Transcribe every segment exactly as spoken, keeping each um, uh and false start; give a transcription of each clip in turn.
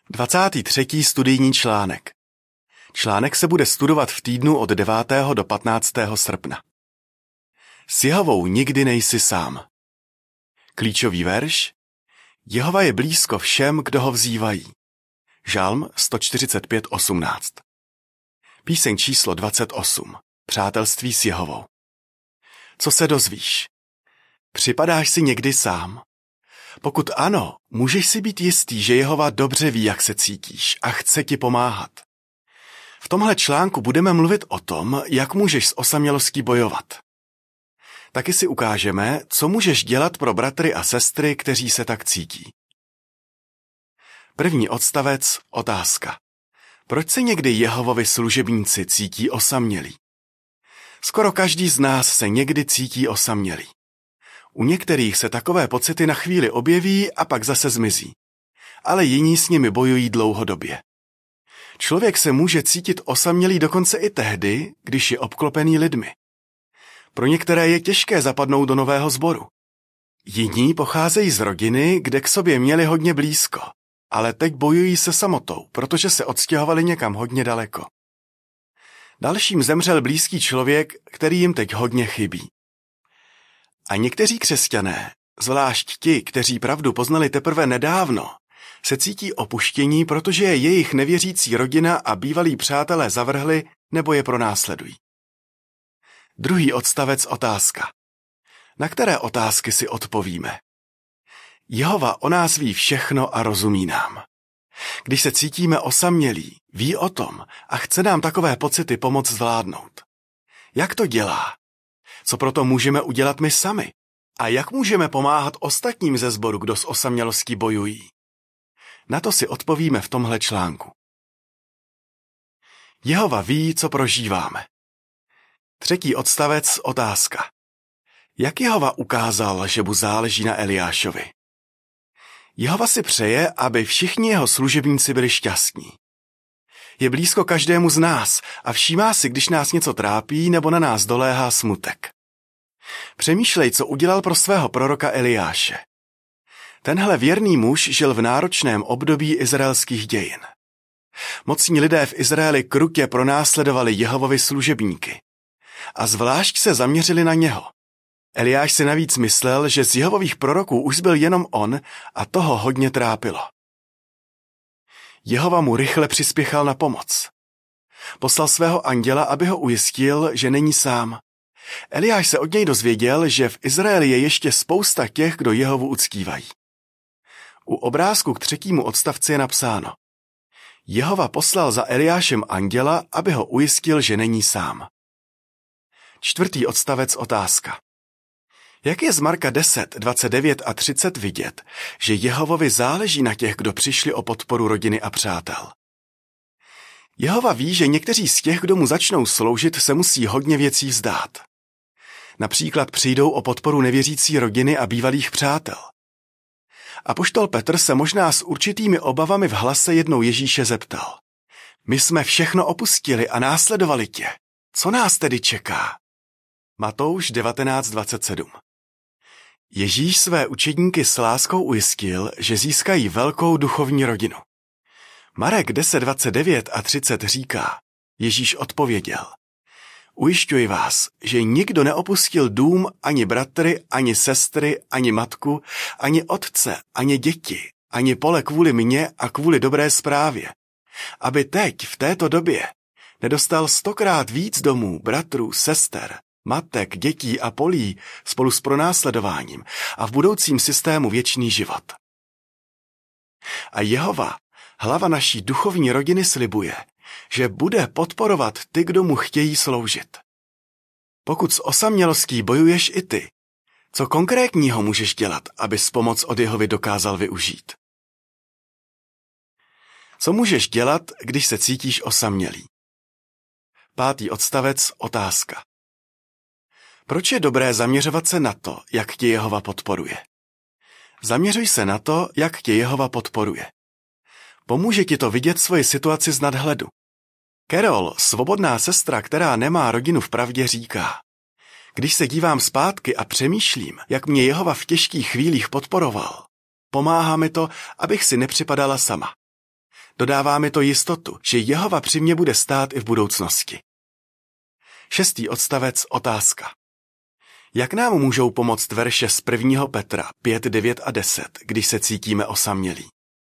dvacátý třetí studijní článek. Článek se bude studovat v týdnu od devátého do patnáctého srpna. S Jehovou nikdy nejsi sám. Klíčový verš. Jehova je blízko všem, kdo ho vzývají. Žalm sto čtyřicet pět osmnáct. Píseň číslo dvacet osm. Přátelství s Jehovou. Co se dozvíš? Připadáš si někdy sám? Pokud ano, můžeš si být jistý, že Jehova dobře ví, jak se cítíš a chce ti pomáhat. V tomhle článku budeme mluvit o tom, jak můžeš s osamělostí bojovat. Taky si ukážeme, co můžeš dělat pro bratry a sestry, kteří se tak cítí. První odstavec, otázka. Proč se někdy Jehovovi služebníci cítí osamělí? Skoro každý z nás se někdy cítí osamělý. U některých se takové pocity na chvíli objeví a pak zase zmizí. Ale jiní s nimi bojují dlouhodobě. Člověk se může cítit osamělý dokonce i tehdy, když je obklopený lidmi. Pro některé je těžké zapadnout do nového sboru. Jiní pocházejí z rodiny, kde k sobě měli hodně blízko, ale teď bojují se samotou, protože se odstěhovali někam hodně daleko. Dalším zemřel blízký člověk, který jim teď hodně chybí. A někteří křesťané, zvlášť ti, kteří pravdu poznali teprve nedávno, se cítí opuštění, protože je jejich nevěřící rodina a bývalí přátelé zavrhli nebo je pronásledují. Druhý odstavec, otázka. Na které otázky si odpovíme? Jehova o nás ví všechno a rozumí nám. Když se cítíme osamělí, ví o tom a chce nám takové pocity pomoct zvládnout. Jak to dělá? Co proto můžeme udělat my sami? A jak můžeme pomáhat ostatním ze sboru, kdo s osamělostí bojují? Na to si odpovíme v tomhle článku. Jehova ví, co prožíváme. Třetí odstavec, otázka. Jak Jehova ukázal, že mu záleží na Eliášovi? Jehova si přeje, aby všichni jeho služebníci byli šťastní. Je blízko každému z nás a všímá si, když nás něco trápí nebo na nás doléhá smutek. Přemýšlej, co udělal pro svého proroka Eliáše. Tenhle věrný muž žil v náročném období izraelských dějin. Mocní lidé v Izraeli krutě pronásledovali Jehovovi služebníky. A zvlášť se zaměřili na něho. Eliáš si navíc myslel, že z Jehovových proroků už byl jenom on a toho hodně trápilo. Jehova mu rychle přispěchal na pomoc. Poslal svého anděla, aby ho ujistil, že není sám. Eliáš se od něj dozvěděl, že v Izraeli je ještě spousta těch, kdo Jehovu uctívají. U obrázku k třetímu odstavci je napsáno. Jehova poslal za Eliášem anděla, aby ho ujistil, že není sám. Čtvrtý odstavec, otázka. Jak je z Marka deset, dvacet devět a třicet vidět, že Jehovovi záleží na těch, kdo přišli o podporu rodiny a přátel? Jehova ví, že někteří z těch, kdo mu začnou sloužit, se musí hodně věcí vzdát. Například přijdou o podporu nevěřící rodiny a bývalých přátel. Apoštol Petr se možná s určitými obavami v hlase jednou Ježíše zeptal. My jsme všechno opustili a následovali tě. Co nás tedy čeká? Matouš devatenáct dvacet sedm. Ježíš své učedníky s láskou ujistil, že získají velkou duchovní rodinu. Marek deset dvacet devět a třicet říká, Ježíš odpověděl. Ujišťuji vás, že nikdo neopustil dům, ani bratry, ani sestry, ani matku, ani otce, ani děti, ani pole kvůli mně a kvůli dobré zprávě, aby teď, v této době, nedostal stokrát víc domů, bratrů, sester, matek, dětí a polí spolu s pronásledováním a v budoucím systému věčný život. A Jehova, hlava naší duchovní rodiny, slibuje, že bude podporovat ty, kdo mu chtějí sloužit. Pokud s osamělostí bojuješ i ty, co konkrétního můžeš dělat, abys pomoc od Jehovy dokázal využít? Co můžeš dělat, když se cítíš osamělý? Pátý odstavec, otázka. Proč je dobré zaměřovat se na to, jak tě Jehova podporuje? Zaměřuj se na to, jak tě Jehova podporuje. Pomůže ti to vidět svoji situaci z nadhledu. Carol, svobodná sestra, která nemá rodinu v pravdě, říká. Když se dívám zpátky a přemýšlím, jak mě Jehova v těžkých chvílích podporoval, pomáhá mi to, abych si nepřipadala sama. Dodává mi to jistotu, že Jehova při mně bude stát i v budoucnosti. Šestý odstavec, otázka. Jak nám můžou pomoct verše z prvního Petra pět, devět a deset, když se cítíme osamělí?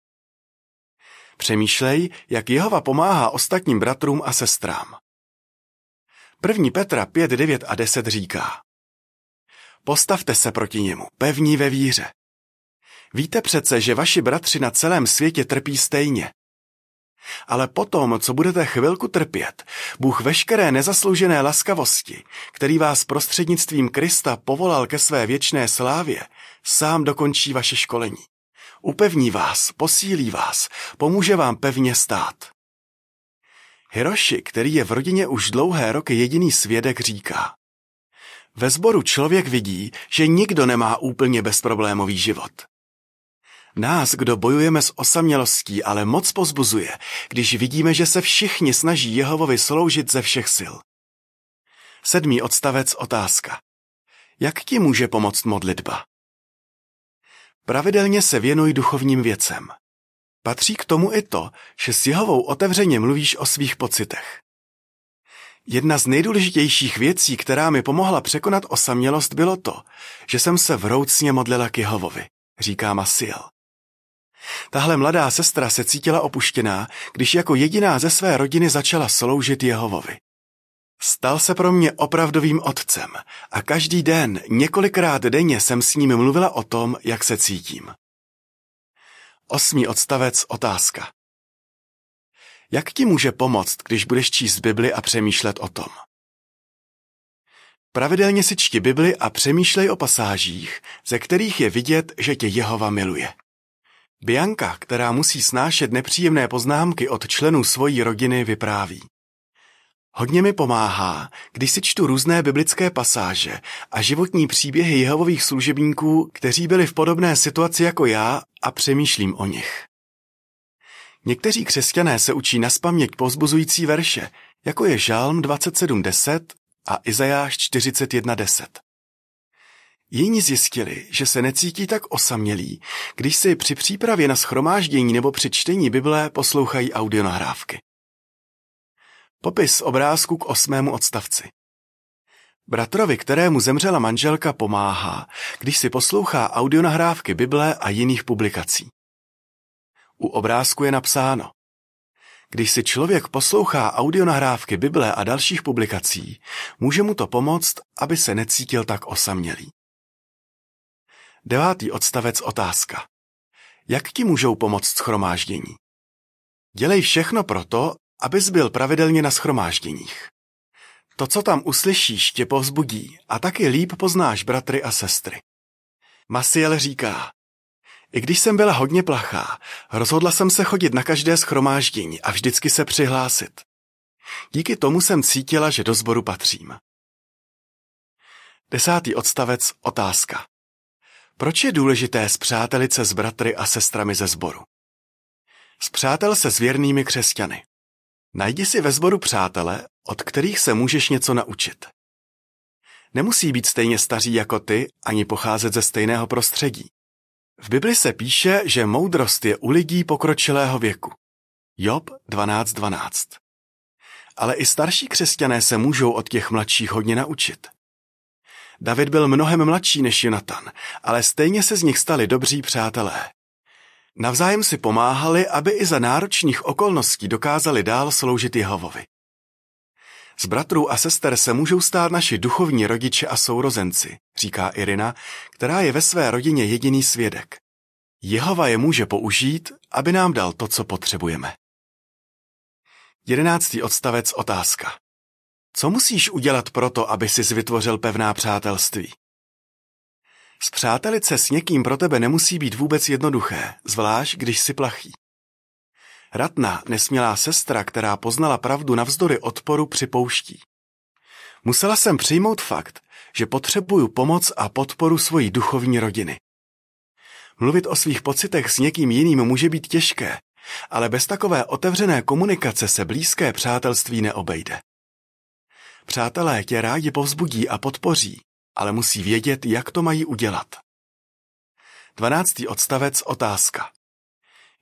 Přemýšlej, jak Jehova pomáhá ostatním bratrům a sestrám. první Petra pět, devět a deset říká: Postavte se proti němu, pevní ve víře. Víte přece, že vaši bratři na celém světě trpí stejně. Ale potom, co budete chvilku trpět, Bůh veškeré nezasloužené laskavosti, který vás prostřednictvím Krista povolal ke své věčné slávě, sám dokončí vaše školení. Upevní vás, posílí vás, pomůže vám pevně stát. Hiroshi, který je v rodině už dlouhé roky jediný svědek, říká: Ve sboru člověk vidí, že nikdo nemá úplně bezproblémový život. Nás, kdo bojujeme s osamělostí, ale moc povzbuzuje, když vidíme, že se všichni snaží Jehovovi sloužit ze všech sil. Sedmý odstavec, otázka. Jak ti může pomoct modlitba? Pravidelně se věnuj duchovním věcem. Patří k tomu i to, že s Jehovou otevřeně mluvíš o svých pocitech. Jedna z nejdůležitějších věcí, která mi pomohla překonat osamělost, bylo to, že jsem se vroucně modlila k Jehovovi, říká Maciel. Tahle mladá sestra se cítila opuštěná, když jako jediná ze své rodiny začala sloužit Jehovovi. Stal se pro mě opravdovým otcem a každý den, několikrát denně jsem s ním mluvila o tom, jak se cítím. Osmý odstavec, otázka. Jak ti může pomoct, když budeš číst Bibli a přemýšlet o tom? Pravidelně si čti Bibli a přemýšlej o pasážích, ze kterých je vidět, že tě Jehova miluje. Bianka, která musí snášet nepříjemné poznámky od členů svojí rodiny, vypráví: Hodně mi pomáhá, když si čtu různé biblické pasáže a životní příběhy Jehovových služebníků, kteří byli v podobné situaci jako já, a přemýšlím o nich. Někteří křesťané se učí nazpaměť povzbuzující verše, jako je Žalm dvacet sedm deset a Izajáš čtyřicet jedna deset. Jiní zjistili, že se necítí tak osamělí, když si při přípravě na shromáždění nebo při čtení Bible poslouchají audionahrávky. Popis obrázku k osmému odstavci. Bratrovi, kterému zemřela manželka, pomáhá, když si poslouchá audionahrávky Bible a jiných publikací. U obrázku je napsáno: Když si člověk poslouchá audionahrávky Bible a dalších publikací, může mu to pomoct, aby se necítil tak osamělý. Devátý odstavec, otázka. Jak ti můžou pomoct shromáždění? Dělej všechno proto, abys byl pravidelně na shromážděních. To, co tam uslyšíš, tě povzbudí a taky líp poznáš bratry a sestry. Maciel říká: I když jsem byla hodně plachá, rozhodla jsem se chodit na každé shromáždění a vždycky se přihlásit. Díky tomu jsem cítila, že do sboru patřím. Desátý odstavec, otázka. Proč je důležité spřátelit se s bratry a sestrami ze sboru? Spřátel se s věrnými křesťany. Najdi si ve sboru přátele, od kterých se můžeš něco naučit. Nemusí být stejně staří jako ty, ani pocházet ze stejného prostředí. V Bibli se píše, že moudrost je u lidí pokročilého věku. Job dvanáct dvanáct. Ale i starší křesťané se můžou od těch mladších hodně naučit. David byl mnohem mladší než Jonatan, ale stejně se z nich stali dobří přátelé. Navzájem si pomáhali, aby i za náročných okolností dokázali dál sloužit Jehovovi. Z bratrů a sester se můžou stát naši duchovní rodiče a sourozenci, říká Irina, která je ve své rodině jediný svědek. Jehova je může použít, aby nám dal to, co potřebujeme. Jedenáctý odstavec, otázka. Co musíš udělat proto, aby sis vytvořil pevná přátelství? Spřátelit se s někým pro tebe nemusí být vůbec jednoduché, zvlášť když jsi plachý. Ratna, nesmělá sestra, která poznala pravdu navzdory odporu, připouští. Musela jsem přijmout fakt, že potřebuju pomoc a podporu svojí duchovní rodiny. Mluvit o svých pocitech s někým jiným může být těžké, ale bez takové otevřené komunikace se blízké přátelství neobejde. Přátelé tě rádi povzbudí a podpoří, ale musí vědět, jak to mají udělat. Dvanáctý odstavec, otázka.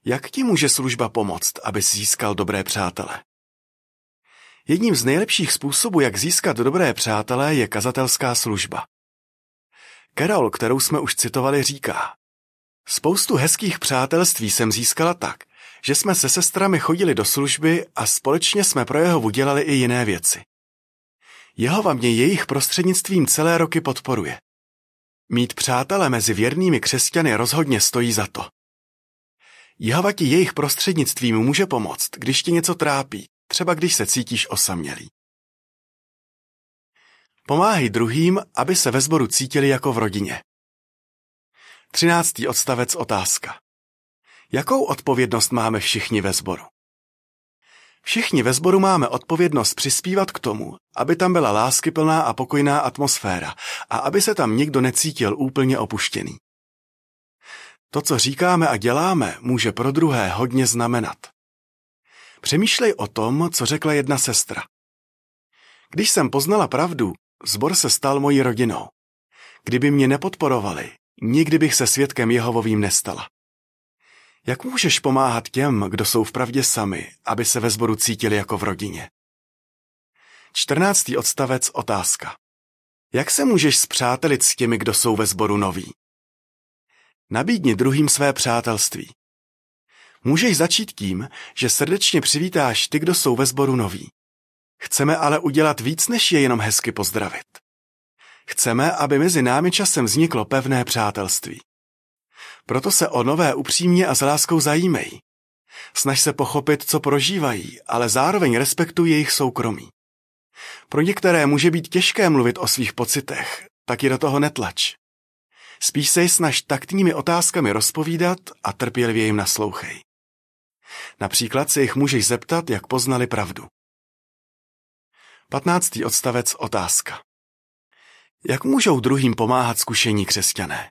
Jak ti může služba pomoct, abys získal dobré přátele? Jedním z nejlepších způsobů, jak získat dobré přátele, je kazatelská služba. Carol, kterou jsme už citovali, říká: Spoustu hezkých přátelství jsem získala tak, že jsme se sestrami chodili do služby a společně jsme pro Jehovu dělali i jiné věci. Jehova mě jejich prostřednictvím celé roky podporuje. Mít přátele mezi věrnými křesťany rozhodně stojí za to. Jehova ti jejich prostřednictvím může pomoct, když ti něco trápí, třeba když se cítíš osamělý. Pomáhej druhým, aby se ve sboru cítili jako v rodině. Třináctý odstavec, otázka. Jakou odpovědnost máme všichni ve sboru? Všichni ve sboru máme odpovědnost přispívat k tomu, aby tam byla láskyplná a pokojná atmosféra a aby se tam nikdo necítil úplně opuštěný. To, co říkáme a děláme, může pro druhé hodně znamenat. Přemýšlej o tom, co řekla jedna sestra. Když jsem poznala pravdu, sbor se stal mojí rodinou. Kdyby mě nepodporovali, nikdy bych se svědkem Jehovovým nestala. Jak můžeš pomáhat těm, kdo jsou v pravdě sami, aby se ve sboru cítili jako v rodině? čtrnáctý odstavec, otázka. Jak se můžeš spřátelit s těmi, kdo jsou ve sboru noví? Nabídni druhým své přátelství. Můžeš začít tím, že srdečně přivítáš ty, kdo jsou ve sboru noví. Chceme ale udělat víc, než je jenom hezky pozdravit. Chceme, aby mezi námi časem vzniklo pevné přátelství. Proto se o nové upřímně a s láskou zajímej. Snaž se pochopit, co prožívají, ale zároveň respektuj jejich soukromí. Pro některé může být těžké mluvit o svých pocitech, tak ji do toho netlač. Spíš se snaž taktními otázkami rozpovídat a trpělivě jim naslouchej. Například se jich můžeš zeptat, jak poznali pravdu. patnáctý odstavec, otázka. Jak můžou druhým pomáhat zkušení křesťané?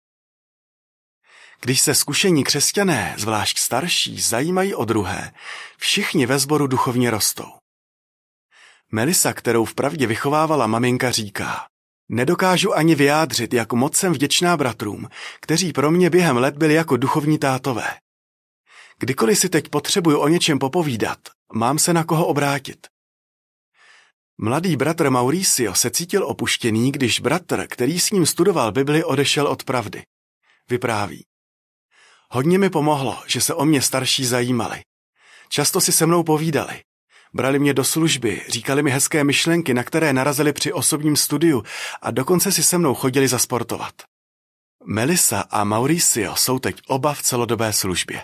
Když se zkušení křesťané, zvlášť starší, zajímají o druhé, všichni ve sboru duchovně rostou. Melissa, kterou vpravdě vychovávala maminka, říká: Nedokážu ani vyjádřit, jak moc jsem vděčná bratrům, kteří pro mě během let byli jako duchovní tátové. Kdykoliv si teď potřebuju o něčem popovídat, mám se na koho obrátit. Mladý bratr Mauricio se cítil opuštěný, když bratr, který s ním studoval Bibli, odešel od pravdy. Vypráví: Hodně mi pomohlo, že se o mě starší zajímali. Často si se mnou povídali. Brali mě do služby, říkali mi hezké myšlenky, na které narazili při osobním studiu a dokonce si se mnou chodili zasportovat. Melissa a Mauricio jsou teď oba v celodobé službě.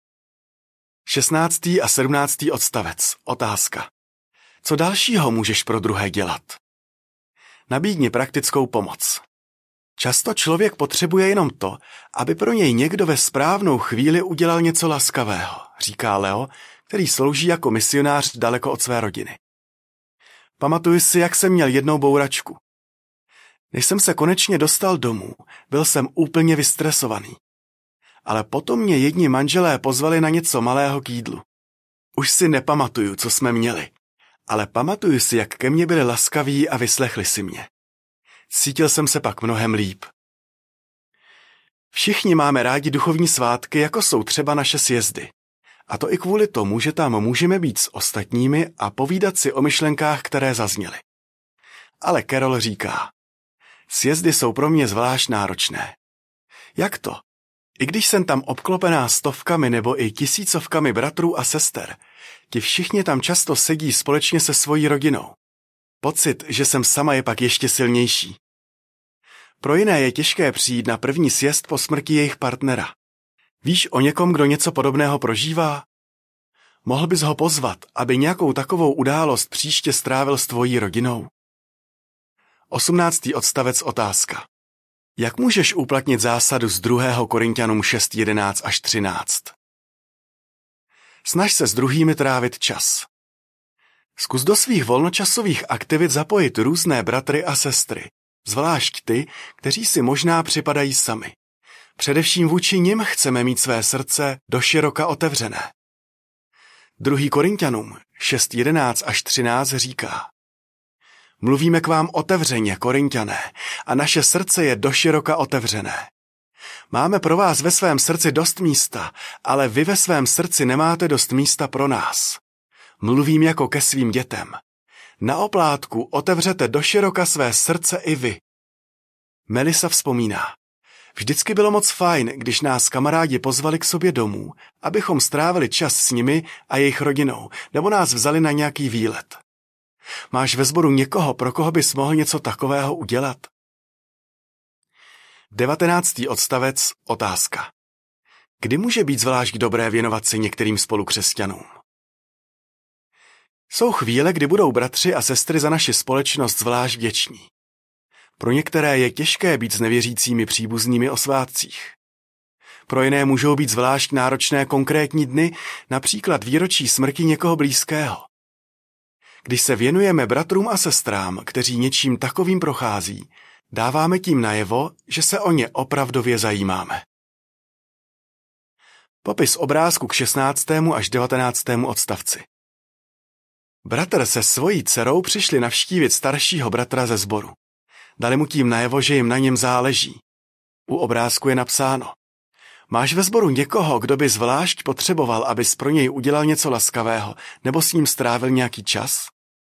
šestnáctý a sedmnáctý odstavec, otázka. Co dalšího můžeš pro druhé dělat? Nabídni praktickou pomoc. Často člověk potřebuje jenom to, aby pro něj někdo ve správnou chvíli udělal něco laskavého, říká Leo, který slouží jako misionář daleko od své rodiny. Pamatuju si, jak jsem měl jednou bouračku. Než jsem se konečně dostal domů, byl jsem úplně vystresovaný. Ale potom mě jedni manželé pozvali na něco malého k jídlu. Už si nepamatuju, co jsme měli, ale pamatuju si, jak ke mně byli laskaví a vyslechli si mě. Cítil jsem se pak mnohem líp. Všichni máme rádi duchovní svátky, jako jsou třeba naše sjezdy. A to i kvůli tomu, že tam můžeme být s ostatními a povídat si o myšlenkách, které zazněly. Ale Carol říká: Sjezdy jsou pro mě zvlášť náročné. Jak to? I když jsem tam obklopená stovkami nebo i tisícovkami bratrů a sester, ti všichni tam často sedí společně se svojí rodinou. Pocit, že jsem sama, je pak ještě silnější. Pro jiné je těžké přijít na první sjezd po smrti jejich partnera. Víš o někom, kdo něco podobného prožívá? Mohl bys ho pozvat, aby nějakou takovou událost příště strávil s tvojí rodinou? osmnáctý odstavec, otázka. Jak můžeš uplatnit zásadu z druhého Korinťanům šest jedenáct až třináct? Snaž se s druhými trávit čas. Zkus do svých volnočasových aktivit zapojit různé bratry a sestry, zvlášť ty, kteří si možná připadají sami. Především vůči nim chceme mít své srdce doširoka otevřené. druhý Korinťanům šest jedenáct až třináct říká: Mluvíme k vám otevřeně, Korinťané, a naše srdce je doširoka otevřené. Máme pro vás ve svém srdci dost místa, ale vy ve svém srdci nemáte dost místa pro nás. Mluvím jako ke svým dětem. Na oplátku otevřete doširoka své srdce i vy. Melissa vzpomíná. Vždycky bylo moc fajn, když nás kamarádi pozvali k sobě domů, abychom strávili čas s nimi a jejich rodinou, nebo nás vzali na nějaký výlet. Máš ve sboru někoho, pro koho bys mohl něco takového udělat? Devatenáctý odstavec, otázka. Kdy může být zvlášť dobré věnovat se některým spolukřesťanům? Jsou chvíle, kdy budou bratři a sestry za naši společnost zvlášť vděční. Pro některé je těžké být s nevěřícími příbuznými o svátcích. Pro jiné můžou být zvlášť náročné konkrétní dny, například výročí smrti někoho blízkého. Když se věnujeme bratrům a sestrám, kteří něčím takovým prochází, dáváme tím najevo, že se o ně opravdově zajímáme. Popis obrázku k šestnáctému až devatenáctému odstavci. Bratr se svojí dcerou přišli navštívit staršího bratra ze sboru. Dali mu tím najevo, že jim na něm záleží. U obrázku je napsáno. Máš ve sboru někoho, kdo by zvlášť potřeboval, abys pro něj udělal něco laskavého, nebo s ním strávil nějaký čas?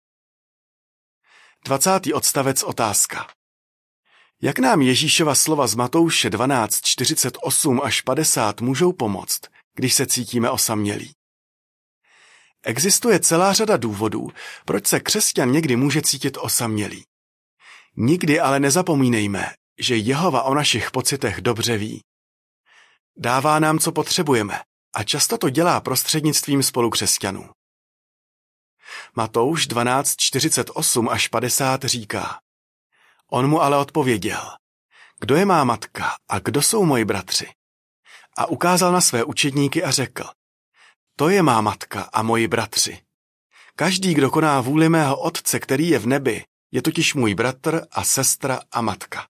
dvacátý odstavec, otázka. Jak nám Ježíšova slova z Matouše dvanáct čtyřicet osm až padesát můžou pomoct, když se cítíme osamělí? Existuje celá řada důvodů, proč se křesťan někdy může cítit osamělý. Nikdy ale nezapomínejme, že Jehova o našich pocitech dobře ví. Dává nám, co potřebujeme, a často to dělá prostřednictvím spolukřesťanů. Matouš dvanáct čtyřicet osm až padesát říká. On mu ale odpověděl, kdo je má matka a kdo jsou moji bratři? A ukázal na své učedníky a řekl, to je má matka a moji bratři. Každý, kdo koná vůli mého Otce, který je v nebi, je totiž můj bratr a sestra a matka.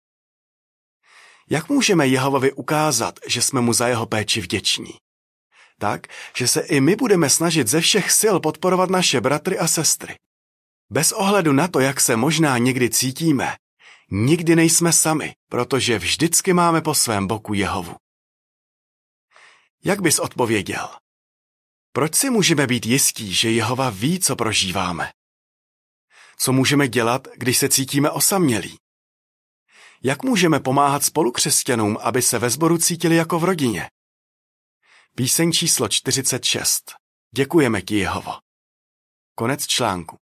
Jak můžeme Jehovovi ukázat, že jsme mu za jeho péči vděční? Tak, že se i my budeme snažit ze všech sil podporovat naše bratry a sestry. Bez ohledu na to, jak se možná někdy cítíme, nikdy nejsme sami, protože vždycky máme po svém boku Jehovu. Jak bys odpověděl? Proč si můžeme být jistí, že Jehova ví, co prožíváme? Co můžeme dělat, když se cítíme osamělí? Jak můžeme pomáhat spolukřesťanům, aby se ve sboru cítili jako v rodině? Píseň číslo čtyřicet šest. Děkujeme ti, Jehovo. Konec článku.